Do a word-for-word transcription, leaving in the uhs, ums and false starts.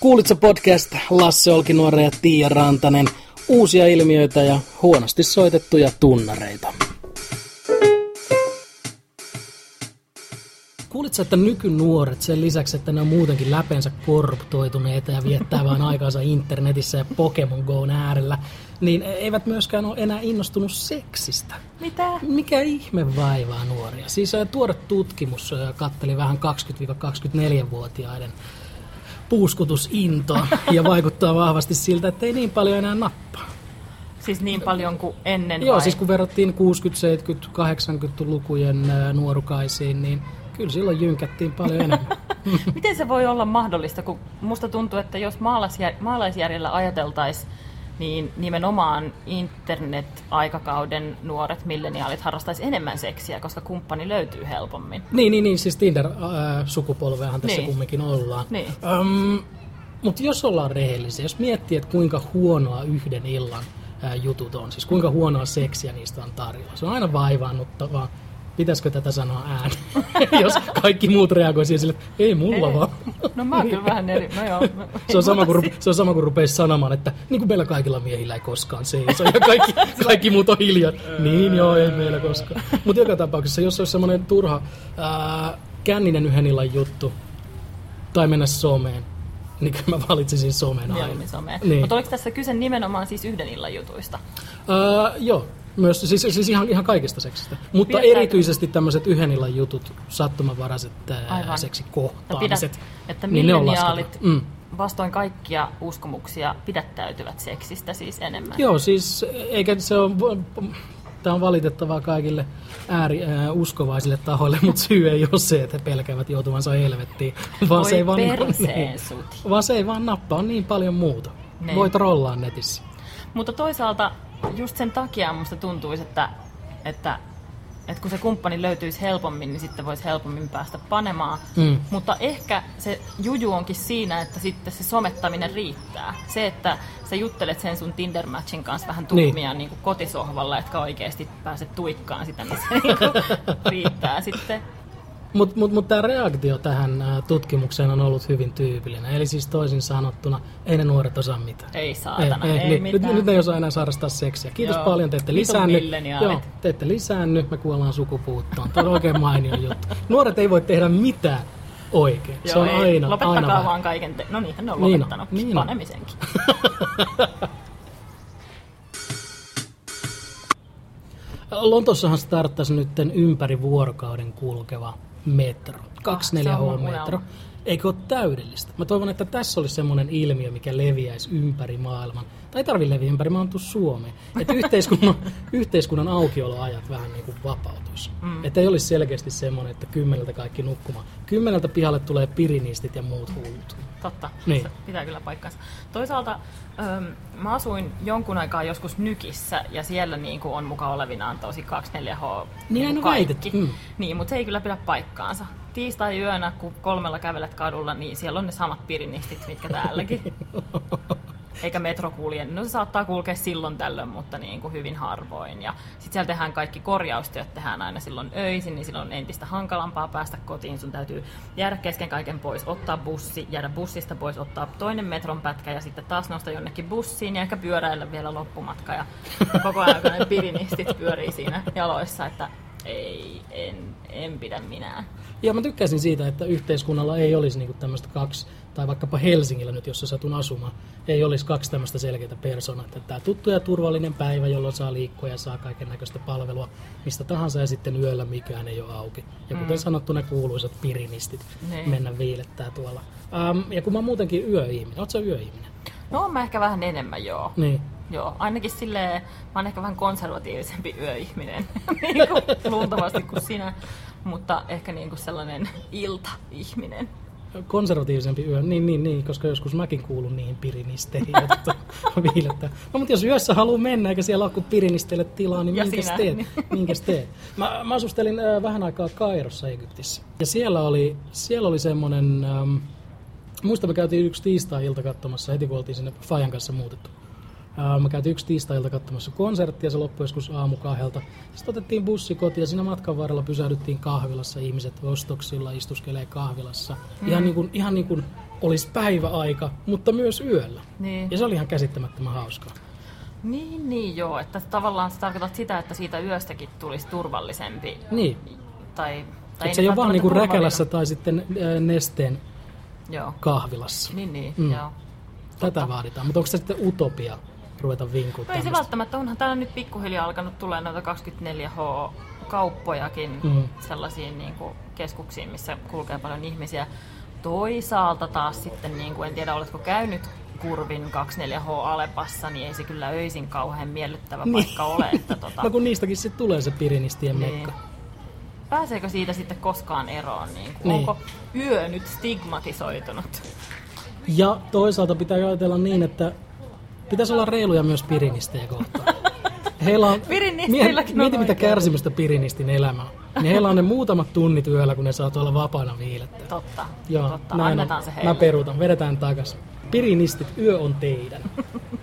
Kuulitko podcast Lasse Olkinuora ja Tiia Rantanen, uusia ilmiöitä ja huonosti soitettuja tunnareita. Kuulitko, että nykynuoret sen lisäksi, että ne on muutenkin läpeensä korruptoituneita ja viettää vain aikaansa internetissä ja Pokemon Go'n äärellä, niin eivät myöskään ole enää innostunut seksistä. Mitä? Mikä ihme vaivaa nuoria? Siis tuore tutkimus katteli vähän kaksikymmentä-kaksikymmentäneljä-vuotiaiden puuskutusintoa ja vaikuttaa vahvasti siltä, että ei niin paljon enää nappaa. Siis niin paljon kuin ennen Joo, vai? siis kun verrattiin kuusikymmentä-, seitsemänkymmentä-, kahdeksankymmentälukujen nuorukaisiin, niin kyllä silloin jynkättiin paljon enemmän. Miten se voi olla mahdollista, kun musta tuntuu, että jos maalaisjär, maalaisjärjellä ajateltaisiin, niin nimenomaan internet-aikakauden nuoret milleniaalit harrastaisi enemmän seksiä, koska kumppani löytyy helpommin. Niin, niin, niin siis Tinder-sukupolveahan tässä niin. kumminkin ollaan. Niin. Um, Mutta jos ollaan rehellisiä, jos miettii, että kuinka huonoa yhden illan ää, jutut on, siis kuinka huonoa seksiä niistä on tarjolla, se on aina vaivaannuttavaa. Pitäisikö tätä sanoa ääneen, jos kaikki muut reagoisivat sille, että ei mulla ei. vaan. No mä oon kyllä vähän eri. No joo. Se on, sama kuin, se on sama kuin rupeisi sanomaan, että niin kuin meillä kaikilla miehillä ei koskaan seiso ja kaikki, kaikki muut on hiljaa. Niin joo, ei meillä koskaan. Mutta joka tapauksessa, jos olisi semmoinen turha ää, känninen yhden illan juttu tai mennä someen, niin kyllä mä valitsisin somen aina. Niin. Mutta oliko tässä kyse nimenomaan siis yhden illan jutuista? Ää, joo. Myös, siis, siis ihan, ihan kaikista seksistä. Mutta Pidätkö? Erityisesti tämmöiset yhden illan jutut, sattumanvaraiset ää, seksikohtaamiset. Pidät, että niin ne on milleniaalit mm. vastoin kaikkia uskomuksia pidättäytyvät seksistä siis enemmän. Joo, siis eikä se ole, tämä on valitettavaa kaikille ääri ää, uskovaisille tahoille, mutta syy ei ole se, että he pelkäävät joutuvansa helvettiin. Vaan Voi se ei vaan, perseen suti. vaan se ei vaan nappaa, on niin paljon muuta. Ne. Voit rollaa netissä. Mutta toisaalta just sen takia musta tuntuisi, että, että, että kun se kumppani löytyisi helpommin, niin sitten voisi helpommin päästä panemaan. Mm. Mutta ehkä se juju onkin siinä, että sitten se somettaminen riittää. Se, että sä juttelet sen sun Tinder-matchin kanssa vähän tuhmia niin. Niin kuin kotisohvalla, etkä oikeasti pääse tuikkaan sitä, niin se niin kuin riittää sitten. Mutta mut, mut tämä reaktio tähän ä, tutkimukseen on ollut hyvin tyypillinen. Eli siis toisin sanottuna, ei ne nuoret osaa mitään. Ei saatana, ei, ei, ei mitään. Nyt, nyt ne ei osaa enää saarastaa seksiä. Kiitos Joo. paljon, te ette lisäänny. Joo, te ette lisäänny, me kuollaan sukupuuttoon. Tämä on oikein mainio juttu. Nuoret ei voi tehdä mitään oikein. Joo, se on ei. aina, Lopettakaa aina vaan kaiken. Te- no niinhän ne on niin lopettanut. Niin panemisenkin. Lontossahan starttasi nyt ympäri vuorokauden kulkeva metro. kaksikymmentäneljä H-metro. Eikö ole täydellistä? Mä toivon, että tässä olisi semmoinen ilmiö, mikä leviäisi ympäri maailman. Tai ei tarvitse leviä ympäri maailman, tuu Suomeen. Että yhteiskunnan, yhteiskunnan aukioloajat vähän niin kuin vapautuisi. Mm. Että ei olisi selkeästi semmoinen, että kymmeneltä kaikki nukkumaan. Kymmeneltä pihalle tulee pirinistit ja muut hullut. Totta, niin. Se pitää kyllä paikkansa. Toisaalta ähm, mä asuin jonkun aikaa joskus Nykissä ja siellä niin kuin on mukaan olevinaan tosi kaksikymmentäneljä H niin niin kaikki. Mm. Niin, mutta se ei kyllä pidä paikkaansa. Tiistai-yönä, kun kolmella kävelet kadulla, niin siellä on ne samat pirinistit, mitkä täälläkin. Eikä metro kulje. No se saattaa kulkea silloin tällöin, mutta niin kuin hyvin harvoin. Ja sitten siellä tehdään kaikki korjaustyöt, tehdään aina silloin öisin, niin silloin on entistä hankalampaa päästä kotiin. Sun täytyy jäädä kesken kaiken pois, ottaa bussi, jäädä bussista pois, ottaa toinen metron pätkä ja sitten taas nousta jonnekin bussiin ja ehkä pyöräillä vielä loppumatka. Ja koko ajan ne pirinistit pyörii siinä jaloissa, että ei, en, en pidä minään. Ja mä tykkäisin siitä, että yhteiskunnalla ei olisi niinku tämmöistä kaksi, tai vaikkapa Helsingillä nyt, jossa satun asumaan, ei olisi kaksi tämmöistä selkeää persoonaa. Että tämä tuttu ja turvallinen päivä, jolloin saa liikkua ja saa kaiken näköistä palvelua mistä tahansa, ja sitten yöllä mikään ei ole auki. Ja kuten mm. sanottu, ne kuuluisat pirinistit ne. mennä viilettää tuolla. Um, ja kun mä oon muutenkin yöihminen, ootko sä yöihminen? No mä ehkä vähän enemmän, joo. Niin. Joo, ainakin silleen, mä oon ehkä vähän konservatiivisempi yöihminen, niin kuin luultavasti kuin sinä, mutta ehkä niin kuin sellainen iltaihminen. Konservatiivisempi yö, niin, niin, niin, koska joskus mäkin kuulun niihin pirinisteihin, jotka viilettää. No, mutta jos yössä haluaa mennä, eikä siellä ole kuin pirinisteille tilaa, niin minkäs sinä, teet? Niin. Minkäs teet? Mä, mä asustelin äh, vähän aikaa Kairossa, Egyptissä, ja siellä oli, siellä oli semmoinen, ähm, muista me käytiin yksi tiistai-ilta katsomassa heti, kun oltiin sinne Fajan kanssa muutettu. Uh, mä käytiin yksi tiistai-ilta katsomassa konserttia, ja se loppui joskus aamukahdelta. Sitten otettiin bussi kotiin ja siinä matkan varrella pysähdyttiin kahvilassa. Ihmiset ostoksilla istuskelee kahvilassa. Mm. Ihan niin kuin, ihan niin kuin olisi päiväaika, mutta myös yöllä. Niin. Ja se oli ihan käsittämättömän hauskaa. Niin, niin joo. Että tavallaan sä tarkoitat sitä, että siitä yöstäkin tulisi turvallisempi. Niin. Tai, tai että se ei ole vaan niinku Räkälässä tai sitten äh, Nesteen joo. kahvilassa. Niin, niin, mm. joo. Tätä Totta. vaaditaan. Mutta onko se sitten utopia ruveta vinkuun no ei se välttämättä. Onhan täällä nyt pikkuhiljaa alkanut tulee noita kaksikymmentäneljä H-kauppojakin mm. sellaisiin niin kuin keskuksiin, missä kulkee paljon ihmisiä. Toisaalta taas sitten, niin kuin, en tiedä oletko käynyt Kurvin kaksikymmentäneljä H Alepassa, niin ei se kyllä öisin kauhean miellyttävä niin. paikka ole. Että, tota... no kun niistäkin sitten tulee se Pirinistien niin. mekka. Pääseekö siitä sitten koskaan eroon? Niin kuin, niin. Onko yö nyt stigmatisoitunut? Ja toisaalta pitää ajatella niin, että pitäisi olla reiluja myös pirinistejä kohtaan. Heillä on, mieti, mieti mitä kärsimystä pirinistin elämä on. Niin heillä on ne muutamat tunnit yöllä, kun ne saa olla vapaana viilettää. Totta, Joo, totta. Annetaan on. se heille. Mä peruutan, vedetään takas. Pirinistit, yö on teidän.